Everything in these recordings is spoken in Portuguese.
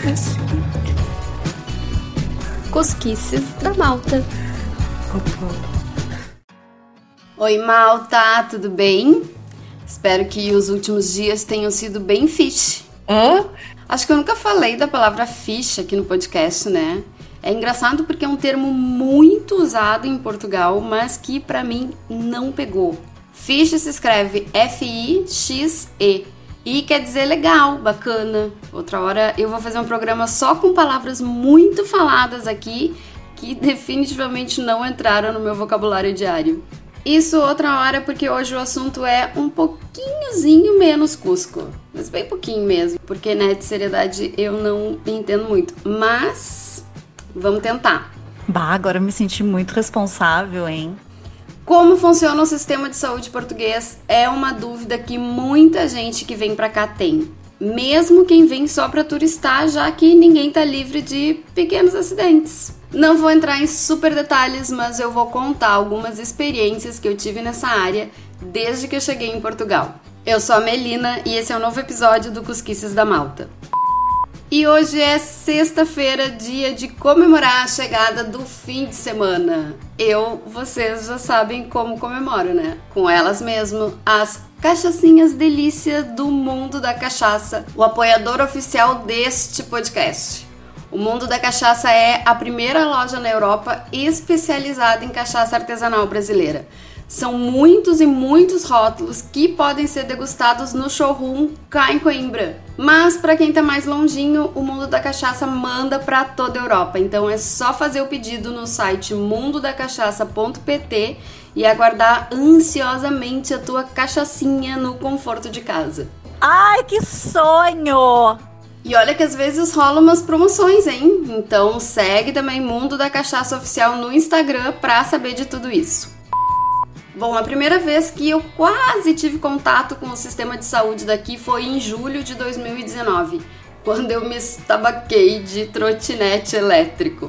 Cosquices da Malta. Oi, Malta, tudo bem? Espero que os últimos dias tenham sido bem fish. Acho que eu nunca falei da palavra fish aqui no podcast, né? É engraçado porque é um termo muito usado em Portugal, mas que pra mim não pegou. Fish se escreve F-I-X-E e quer dizer legal, bacana. Outra hora eu vou fazer um programa só com palavras muito faladas aqui que definitivamente não entraram no meu vocabulário diário. Isso outra hora porque hoje o assunto é um pouquinhozinho menos Cusco. Mas bem pouquinho mesmo, porque né, de seriedade eu não entendo muito. Mas vamos tentar. Bah, agora eu me senti muito responsável, hein? Como funciona o sistema de saúde português é uma dúvida que muita gente que vem pra cá tem. Mesmo quem vem só pra turistar, já que ninguém tá livre de pequenos acidentes. Não vou entrar em super detalhes, mas eu vou contar algumas experiências que eu tive nessa área desde que eu cheguei em Portugal. Eu sou a Melina e esse é um novo episódio do Cosquices da Malta. E hoje é sexta-feira, dia de comemorar a chegada do fim de semana. Vocês já sabem como comemoro, né? Com elas mesmo, as cachaçinhas delícia do Mundo da Cachaça, o apoiador oficial deste podcast. O Mundo da Cachaça é a primeira loja na Europa especializada em cachaça artesanal brasileira. São muitos e muitos rótulos que podem ser degustados no showroom cá em Coimbra. Mas para quem tá mais longinho, o Mundo da Cachaça manda para toda a Europa. Então é só fazer o pedido no site mundodacachaça.pt e aguardar ansiosamente a tua cachaçinha no conforto de casa. Ai, que sonho! E olha que às vezes rolam umas promoções, hein? Então segue também Mundo da Cachaça Oficial no Instagram pra saber de tudo isso. Bom, a primeira vez que eu quase tive contato com o sistema de saúde daqui foi em julho de 2019, quando eu me estabaquei de trotinete elétrico.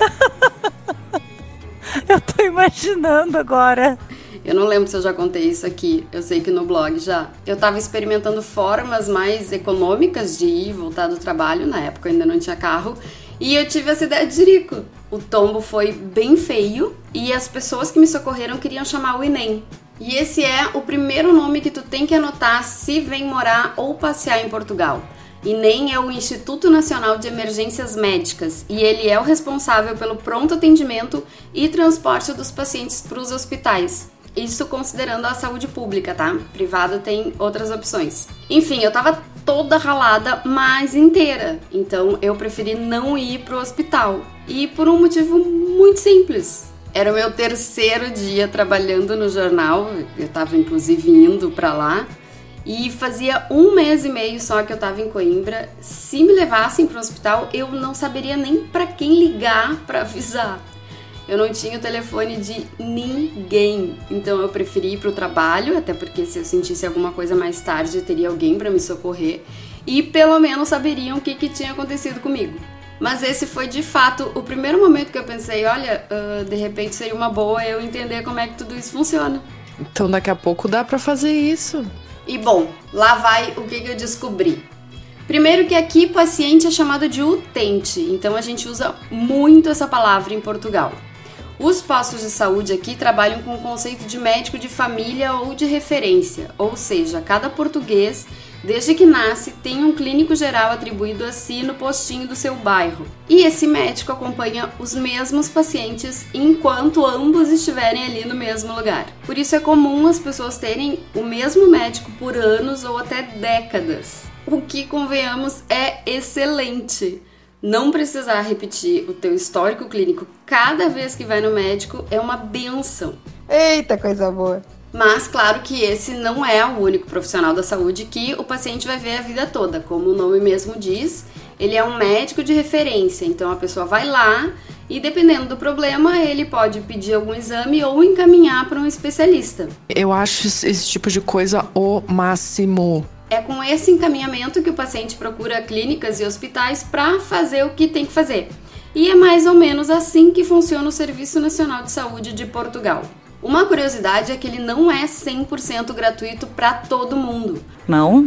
Eu tô imaginando agora. Eu não lembro se eu já contei isso aqui, eu sei que no blog já. Eu tava experimentando formas mais econômicas de ir e voltar do trabalho, na época eu ainda não tinha carro, e eu tive essa ideia de jirico. O tombo foi bem feio e as pessoas que me socorreram queriam chamar o Enem. E esse é o primeiro nome que tu tem que anotar se vem morar ou passear em Portugal. INEM é o Instituto Nacional de Emergências Médicas e ele é o responsável pelo pronto atendimento e transporte dos pacientes para os hospitais. Isso considerando a saúde pública, tá? Privado tem outras opções. Enfim, eu tava toda ralada, mas inteira. Então eu preferi não ir pro hospital. E por um motivo muito simples. Era o meu terceiro dia trabalhando no jornal. Eu tava inclusive indo pra lá. E fazia 1 mês e meio só que eu tava em Coimbra. Se me levassem pro hospital, eu não saberia nem pra quem ligar pra avisar. Eu não tinha o telefone de ninguém, então eu preferi ir pro trabalho, até porque se eu sentisse alguma coisa mais tarde, teria alguém para me socorrer e pelo menos saberiam o que tinha acontecido comigo. Mas esse foi de fato o primeiro momento que eu pensei, olha, de repente seria uma boa eu entender como é que tudo isso funciona. Então daqui a pouco dá para fazer isso. E bom, lá vai o que eu descobri. Primeiro que aqui paciente é chamado de utente, então a gente usa muito essa palavra em Portugal. Os postos de saúde aqui trabalham com o conceito de médico de família ou de referência, ou seja, cada português, desde que nasce, tem um clínico geral atribuído a si no postinho do seu bairro. E esse médico acompanha os mesmos pacientes enquanto ambos estiverem ali no mesmo lugar. Por isso é comum as pessoas terem o mesmo médico por anos ou até décadas. O que, convenhamos, é excelente. Não precisar repetir o teu histórico clínico cada vez que vai no médico é uma bênção. Eita, coisa boa! Mas claro que esse não é o único profissional da saúde que o paciente vai ver a vida toda. Como o nome mesmo diz, ele é um médico de referência. Então a pessoa vai lá e dependendo do problema, ele pode pedir algum exame ou encaminhar para um especialista. Eu acho esse tipo de coisa o máximo. É com esse encaminhamento que o paciente procura clínicas e hospitais para fazer o que tem que fazer. E é mais ou menos assim que funciona o Serviço Nacional de Saúde de Portugal. Uma curiosidade é que ele não é 100% gratuito para todo mundo. Não?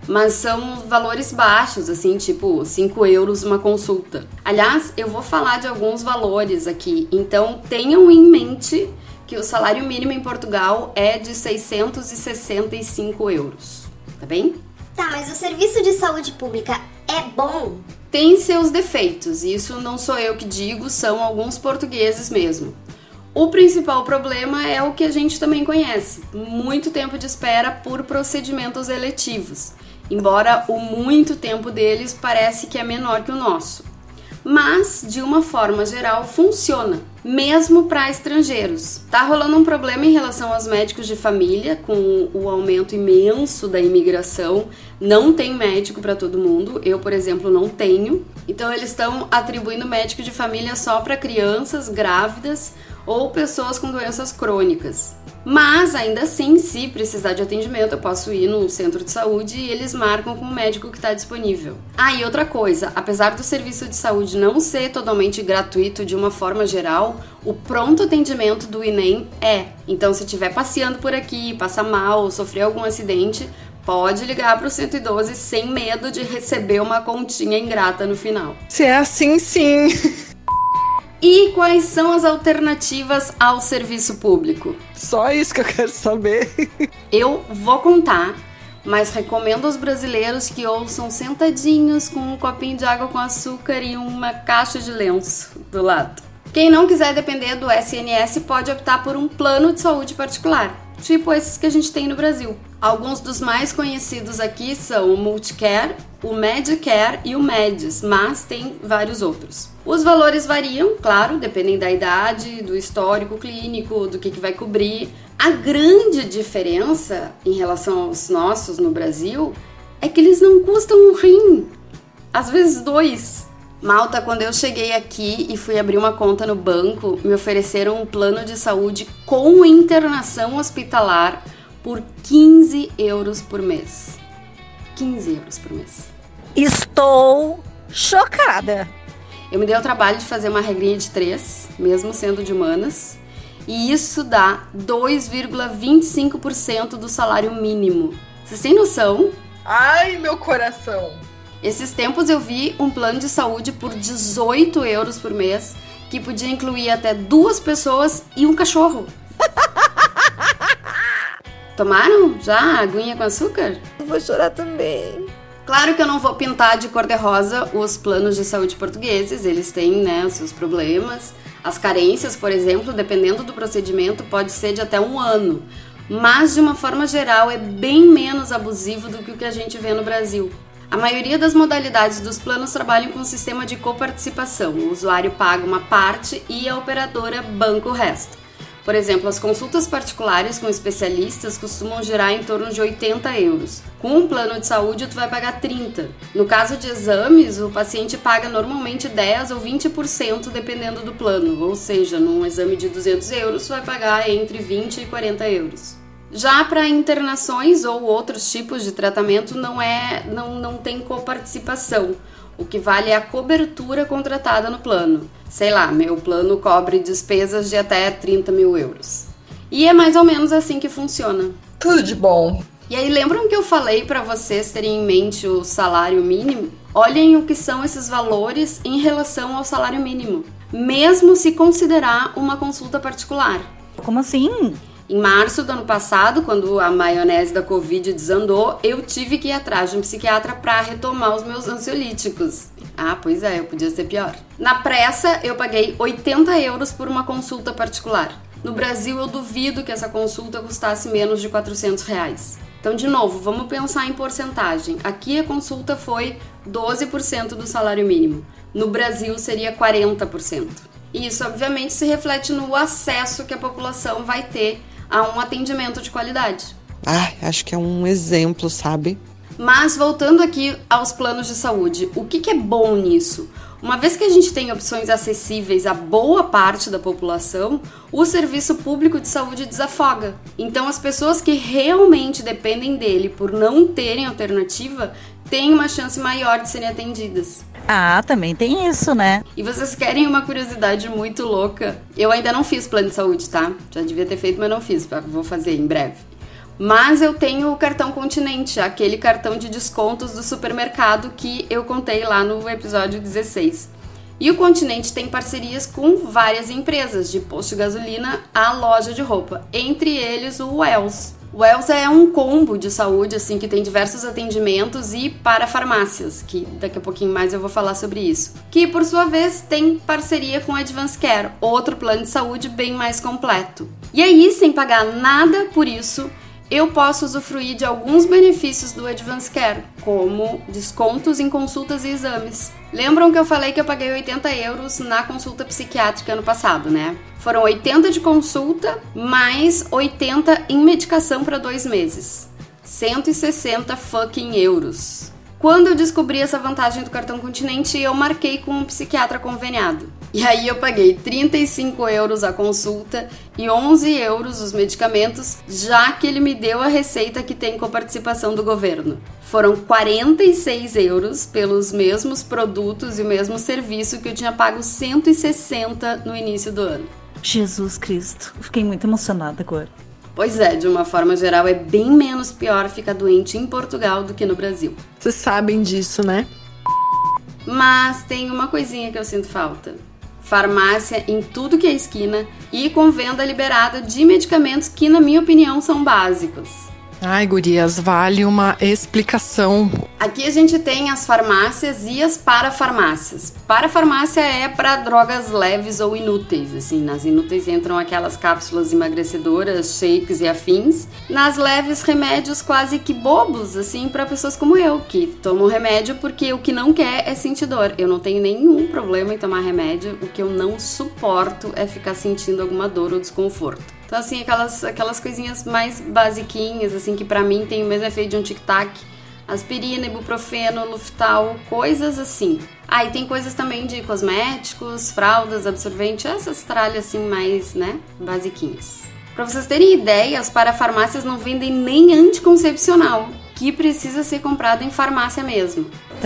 mas são valores baixos, assim, tipo 5 euros uma consulta. Aliás, eu vou falar de alguns valores aqui, então tenham em mente que o salário mínimo em Portugal é de 665 euros, tá bem? Tá, mas o serviço de saúde pública é bom? Tem seus defeitos, isso não sou eu que digo, são alguns portugueses mesmo. O principal problema é o que a gente também conhece, muito tempo de espera por procedimentos eletivos, embora o muito tempo deles parece que é menor que o nosso. Mas, de uma forma geral, funciona, mesmo para estrangeiros. Tá rolando um problema em relação aos médicos de família, com o aumento imenso da imigração. Não tem médico para todo mundo, eu, por exemplo, não tenho. Então, eles estão atribuindo médico de família só para crianças grávidas ou pessoas com doenças crônicas. Mas, ainda assim, se precisar de atendimento, eu posso ir no centro de saúde e eles marcam com o médico que está disponível. Ah, e outra coisa, apesar do serviço de saúde não ser totalmente gratuito de uma forma geral, o pronto atendimento do INEM é. Então, se estiver passeando por aqui, passar mal ou sofrer algum acidente, pode ligar para o 112 sem medo de receber uma continha ingrata no final. Se é assim, sim. E quais são as alternativas ao serviço público? Só isso que eu quero saber. Eu vou contar, mas recomendo aos brasileiros que ouçam sentadinhos com um copinho de água com açúcar e uma caixa de lenço do lado. Quem não quiser depender do SNS pode optar por um plano de saúde particular, tipo esses que a gente tem no Brasil. Alguns dos mais conhecidos aqui são o Multicare, o Medicare e o Medis, mas tem vários outros. Os valores variam, claro, dependem da idade, do histórico clínico, do que vai cobrir. A grande diferença em relação aos nossos no Brasil é que eles não custam um rim, às vezes 2. Malta, quando eu cheguei aqui e fui abrir uma conta no banco, me ofereceram um plano de saúde com internação hospitalar por 15 euros por mês. 15 euros por mês. Estou chocada. Eu me dei o trabalho de fazer uma regrinha de 3, mesmo sendo de humanas, e isso dá 2,25% do salário mínimo. Vocês têm noção? Ai, meu coração. Esses tempos eu vi um plano de saúde por 18 euros por mês, que podia incluir até 2 pessoas e um cachorro. Tomaram já a aguinha com açúcar? Eu vou chorar também. Claro que eu não vou pintar de cor-de-rosa os planos de saúde portugueses, eles têm, os seus problemas. As carências, por exemplo, dependendo do procedimento, pode ser de até 1 ano. Mas, de uma forma geral, é bem menos abusivo do que o que a gente vê no Brasil. A maioria das modalidades dos planos trabalham com um sistema de coparticipação. O usuário paga uma parte e a operadora banca o resto. Por exemplo, as consultas particulares com especialistas costumam girar em torno de 80 euros. Com um plano de saúde, tu vai pagar 30. No caso de exames, o paciente paga normalmente 10 ou 20% dependendo do plano. Ou seja, num exame de 200 euros, tu vai pagar entre 20 e 40 euros. Já para internações ou outros tipos de tratamento não tem coparticipação. O que vale é a cobertura contratada no plano. Sei lá, meu plano cobre despesas de até 30 mil euros. E é mais ou menos assim que funciona. Tudo de bom. E aí, lembram que eu falei para vocês terem em mente o salário mínimo? Olhem o que são esses valores em relação ao salário mínimo, mesmo se considerar uma consulta particular. Como assim? Em março do ano passado, quando a maionese da Covid desandou, eu tive que ir atrás de um psiquiatra para retomar os meus ansiolíticos. Ah, pois é, eu podia ser pior. Na pressa, eu paguei 80 euros por uma consulta particular. No Brasil, eu duvido que essa consulta custasse menos de 400 reais. Então, de novo, vamos pensar em porcentagem. Aqui a consulta foi 12% do salário mínimo. No Brasil, seria 40%. E isso, obviamente, se reflete no acesso que a população vai ter a um atendimento de qualidade. Acho que é um exemplo, sabe? Mas, voltando aqui aos planos de saúde, o que é bom nisso? Uma vez que a gente tem opções acessíveis a boa parte da população, o serviço público de saúde desafoga. Então, as pessoas que realmente dependem dele por não terem alternativa, têm uma chance maior de serem atendidas. Ah, também tem isso, né? E vocês querem uma curiosidade muito louca? Eu ainda não fiz plano de saúde, tá? Já devia ter feito, mas não fiz. Vou fazer em breve. Mas eu tenho o cartão Continente, aquele cartão de descontos do supermercado que eu contei lá no episódio 16. E o Continente tem parcerias com várias empresas, de posto de gasolina à loja de roupa, entre eles o Wells. O Wells é um combo de saúde, assim, que tem diversos atendimentos e para farmácias, que daqui a pouquinho mais eu vou falar sobre isso. Que, por sua vez, tem parceria com a Advance Care, outro plano de saúde bem mais completo. E aí, sem pagar nada por isso, eu posso usufruir de alguns benefícios do Advance Care, como descontos em consultas e exames. Lembram que eu falei que eu paguei 80 euros na consulta psiquiátrica ano passado, né? Foram 80 de consulta, mais 80 em medicação para 2 meses. 160 fucking euros. Quando eu descobri essa vantagem do cartão Continente, eu marquei com um psiquiatra conveniado. E aí eu paguei 35 euros a consulta e 11 euros os medicamentos, já que ele me deu a receita que tem coparticipação do governo. Foram 46 euros pelos mesmos produtos e o mesmo serviço que eu tinha pago 160 no início do ano. Jesus Cristo, fiquei muito emocionada agora. Pois é, de uma forma geral é bem menos pior ficar doente em Portugal do que no Brasil. Vocês sabem disso, né? Mas tem uma coisinha que eu sinto falta. Farmácia em tudo que é esquina e com venda liberada de medicamentos que, na minha opinião, são básicos. Ai, gurias, vale uma explicação. Aqui a gente tem as farmácias e as parafarmácias. Parafarmácia é para drogas leves ou inúteis, assim. Nas inúteis entram aquelas cápsulas emagrecedoras, shakes e afins. Nas leves, remédios quase que bobos, assim, para pessoas como eu, que tomam remédio porque o que não quer é sentir dor. Eu não tenho nenhum problema em tomar remédio, o que eu não suporto é ficar sentindo alguma dor ou desconforto. Então, assim, aquelas coisinhas mais basiquinhas, assim, que pra mim tem o mesmo efeito de um tic-tac. Aspirina, ibuprofeno, Luftal, coisas assim. Ah, e tem coisas também de cosméticos, fraldas, absorvente, essas tralhas, assim, mais, né, basiquinhas. Pra vocês terem ideia, as parafarmácias não vendem nem anticoncepcional, que precisa ser comprado em farmácia mesmo.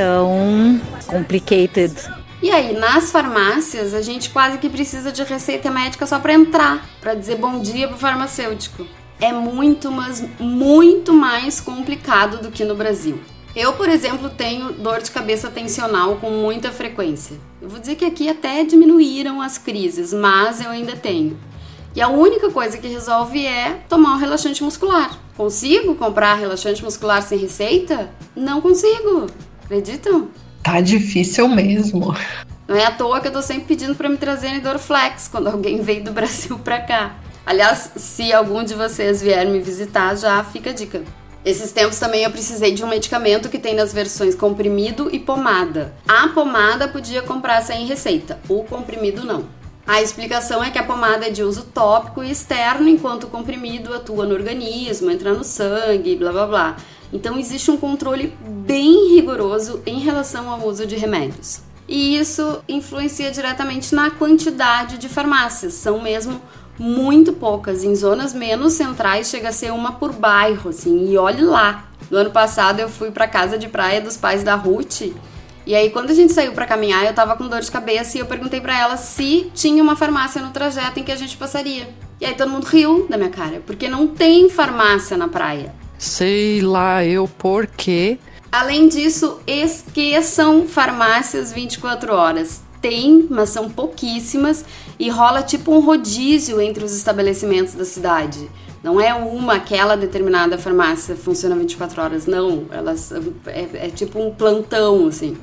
Tão complicated. E aí, nas farmácias, a gente quase que precisa de receita médica só para entrar, para dizer bom dia pro farmacêutico. É muito, mas muito mais complicado do que no Brasil. Eu, por exemplo, tenho dor de cabeça tensional com muita frequência. Eu vou dizer que aqui até diminuíram as crises, mas eu ainda tenho. E a única coisa que resolve é tomar um relaxante muscular. Consigo comprar relaxante muscular sem receita? Não consigo. Acreditam? Tá difícil mesmo. Não é à toa que eu tô sempre pedindo pra me trazerem Dorflex quando alguém veio do Brasil pra cá. Aliás, se algum de vocês vier me visitar, já fica a dica. Esses tempos também eu precisei de um medicamento que tem nas versões comprimido e pomada. A pomada podia comprar sem receita, o comprimido não. A explicação é que a pomada é de uso tópico e externo, enquanto o comprimido atua no organismo, entra no sangue, blá blá blá. Então existe um controle bem rigoroso em relação ao uso de remédios. E isso influencia diretamente na quantidade de farmácias. São mesmo muito poucas. Em zonas menos centrais chega a ser uma por bairro, assim. E olhe lá. No ano passado eu fui pra casa de praia dos pais da Ruth. E aí quando a gente saiu pra caminhar eu tava com dor de cabeça e eu perguntei pra ela se tinha uma farmácia no trajeto em que a gente passaria. E aí todo mundo riu da minha cara, porque não tem farmácia na praia. Sei lá eu por quê. Além disso, esqueçam farmácias 24 horas. Tem, mas são pouquíssimas e rola tipo um rodízio entre os estabelecimentos da cidade. Não é aquela determinada farmácia funciona 24 horas, não. Elas é tipo um plantão, assim.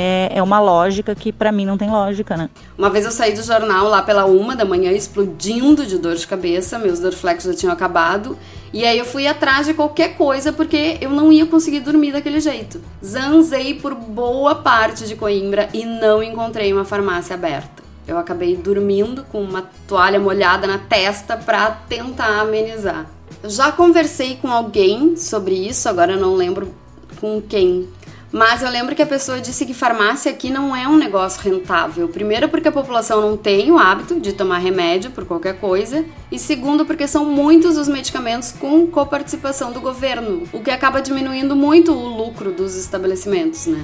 É uma lógica que pra mim não tem lógica, né? Uma vez eu saí do jornal lá pela 1 da manhã, explodindo de dor de cabeça, meus Dorflex já tinham acabado. E aí eu fui atrás de qualquer coisa porque eu não ia conseguir dormir daquele jeito. Zanzei por boa parte de Coimbra e não encontrei uma farmácia aberta. Eu acabei dormindo com uma toalha molhada na testa pra tentar amenizar. Eu já conversei com alguém sobre isso, agora eu não lembro com quem. Mas eu lembro que a pessoa disse que farmácia aqui não é um negócio rentável. Primeiro porque a população não tem o hábito de tomar remédio por qualquer coisa. E segundo porque são muitos os medicamentos com coparticipação do governo, o que acaba diminuindo muito o lucro dos estabelecimentos, né?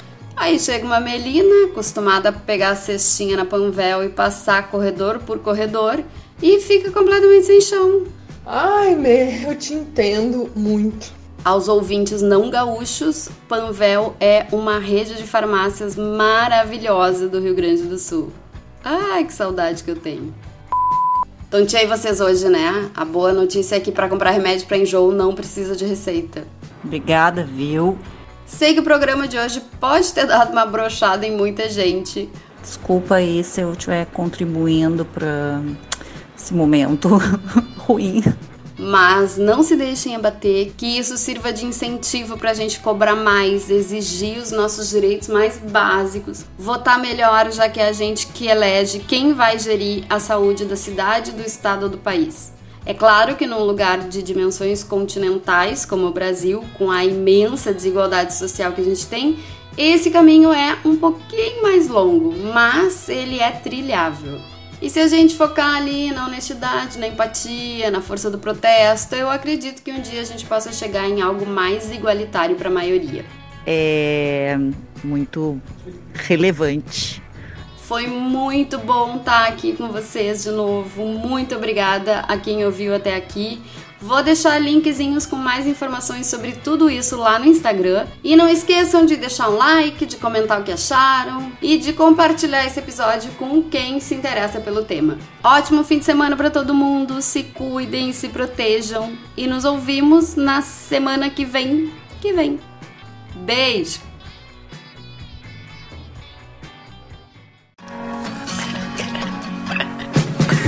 Aí chega uma Melina, acostumada a pegar a cestinha na Panvel e passar corredor por corredor, e fica completamente sem chão. Ai, Mê, eu te entendo muito. Aos ouvintes não gaúchos, Panvel é uma rede de farmácias maravilhosa do Rio Grande do Sul. Ai, que saudade que eu tenho. Tonteei vocês hoje, né? A boa notícia é que para comprar remédio para enjoo não precisa de receita. Obrigada, viu? Sei que o programa de hoje pode ter dado uma brochada em muita gente. Desculpa aí se eu estiver contribuindo para esse momento ruim. Mas não se deixem abater, que isso sirva de incentivo pra gente cobrar mais, exigir os nossos direitos mais básicos, votar melhor, já que é a gente que elege quem vai gerir a saúde da cidade, do estado ou do país. É claro que num lugar de dimensões continentais, como o Brasil, com a imensa desigualdade social que a gente tem, esse caminho é um pouquinho mais longo, mas ele é trilhável. E se a gente focar ali na honestidade, na empatia, na força do protesto, eu acredito que um dia a gente possa chegar em algo mais igualitário para a maioria. É muito relevante. Foi muito bom estar aqui com vocês de novo. Muito obrigada a quem ouviu até aqui. Vou deixar linkzinhos com mais informações sobre tudo isso lá no Instagram. E não esqueçam de deixar um like, de comentar o que acharam e de compartilhar esse episódio com quem se interessa pelo tema. Ótimo fim de semana para todo mundo, se cuidem, se protejam e nos ouvimos na semana que vem. Beijo!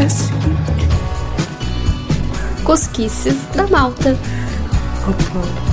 Cosquices da Malta.